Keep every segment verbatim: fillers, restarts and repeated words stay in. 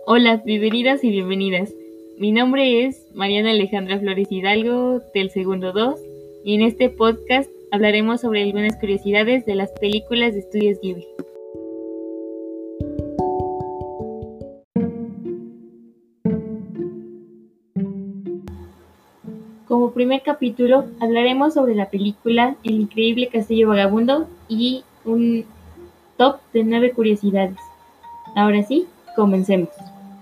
Hola, bienvenidas y bienvenidas. Mi nombre es Mariana Alejandra Flores Hidalgo, del segundo dos, y en este podcast hablaremos sobre algunas curiosidades de las películas de Estudios Ghibli. Como primer capítulo, hablaremos sobre la película El increíble castillo vagabundo y un top de nueve curiosidades. Ahora sí, comencemos.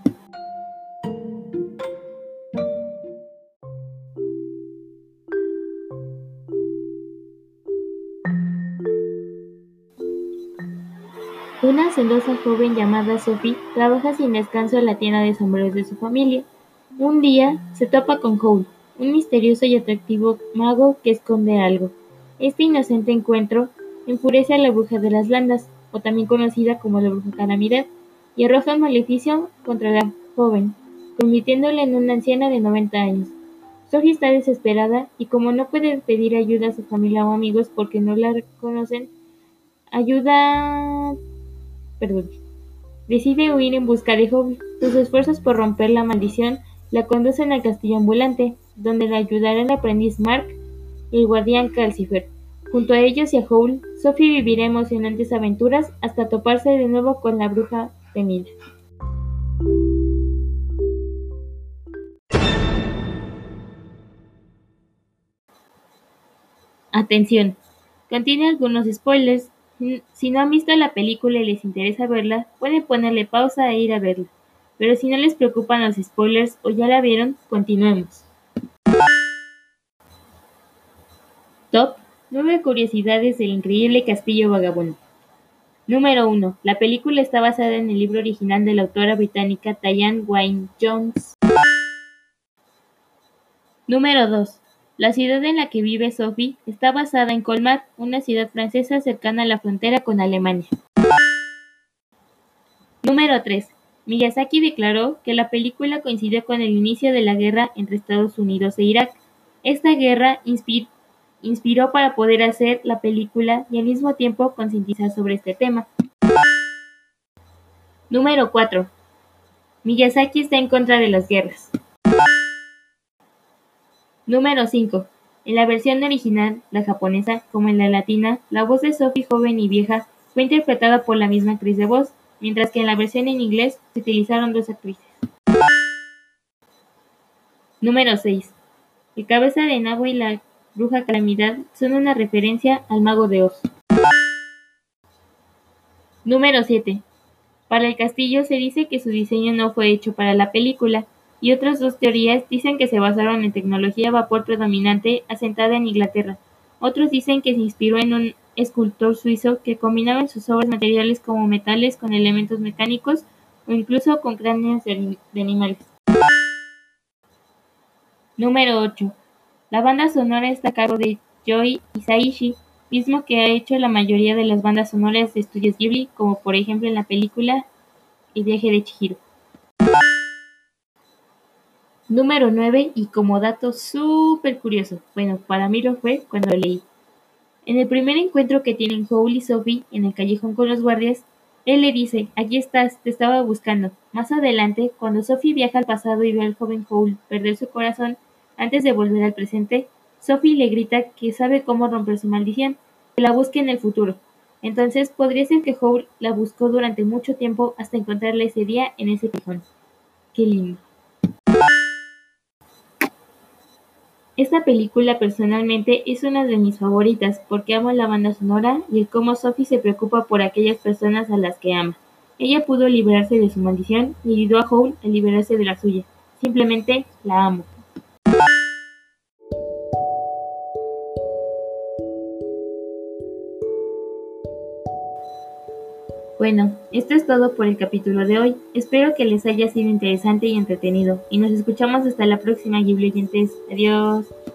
Una hacendosa joven llamada Sophie trabaja sin descanso en la tienda de sombreros de su familia. Un día se topa con Howl, un misterioso y atractivo mago que esconde algo. Este inocente encuentro enfurece a la bruja de las landas, o también conocida como la bruja calamidad, y arroja un maleficio contra la joven, convirtiéndola en una anciana de noventa años. Sophie está desesperada y como no puede pedir ayuda a su familia o amigos porque no la reconocen, ayuda Perdón. Decide huir en busca de Howl. Sus esfuerzos por romper la maldición la conducen al castillo ambulante, donde la ayudará el aprendiz Mark y el guardián Calcifer. Junto a ellos y a Howl, Sophie vivirá emocionantes aventuras hasta toparse de nuevo con la bruja temida. Atención, contiene algunos spoilers. Si no han visto la película y les interesa verla, pueden ponerle pausa e ir a verla. Pero si no les preocupan los spoilers o ya la vieron, continuemos. Top nueve curiosidades del increíble castillo vagabundo. Número uno. La película está basada en el libro original de la autora británica Diane Wynne Jones. Número dos. La ciudad en la que vive Sophie está basada en Colmar, una ciudad francesa cercana a la frontera con Alemania. Número tres. Miyazaki declaró que la película coincidió con el inicio de la guerra entre Estados Unidos e Irak. Esta guerra inspiró inspiró para poder hacer la película y al mismo tiempo concientizar sobre este tema. Número cuatro. Miyazaki está en contra de las guerras. Número cinco. En la versión original, la japonesa, como en la latina, la voz de Sophie joven y vieja fue interpretada por la misma actriz de voz, mientras que en la versión en inglés se utilizaron dos actrices. Número seis. El cabeza de nabo y la bruja calamidad son una referencia al mago de Oz. Número siete. Para el castillo se dice que su diseño no fue hecho para la película, y otras dos teorías dicen que se basaron en tecnología a vapor predominante asentada en Inglaterra. Otros dicen que se inspiró en un escultor suizo que combinaba en sus obras materiales como metales con elementos mecánicos o incluso con cráneos de, de animales. Número ocho. La banda sonora está a cargo de Yoi Hisaishi, mismo que ha hecho la mayoría de las bandas sonoras de Estudios Ghibli, como por ejemplo en la película El viaje de Chihiro. Número nueve, y como dato súper curioso, bueno, para mí lo fue cuando lo leí. En el primer encuentro que tienen Howl y Sophie en el callejón con los guardias, él le dice, aquí estás, te estaba buscando. Más adelante, cuando Sophie viaja al pasado y ve al joven Howl perder su corazón antes de volver al presente, Sophie le grita que sabe cómo romper su maldición, que la busque en el futuro. Entonces podría ser que Howl la buscó durante mucho tiempo hasta encontrarla ese día en ese callejón. Qué lindo. Esta película personalmente es una de mis favoritas porque amo la banda sonora y el cómo Sophie se preocupa por aquellas personas a las que ama. Ella pudo librarse de su maldición y ayudó a Howl a liberarse de la suya. Simplemente la amo. Bueno, esto es todo por el capítulo de hoy. Espero que les haya sido interesante y entretenido. Y nos escuchamos hasta la próxima, Ghibli oyentes. Adiós.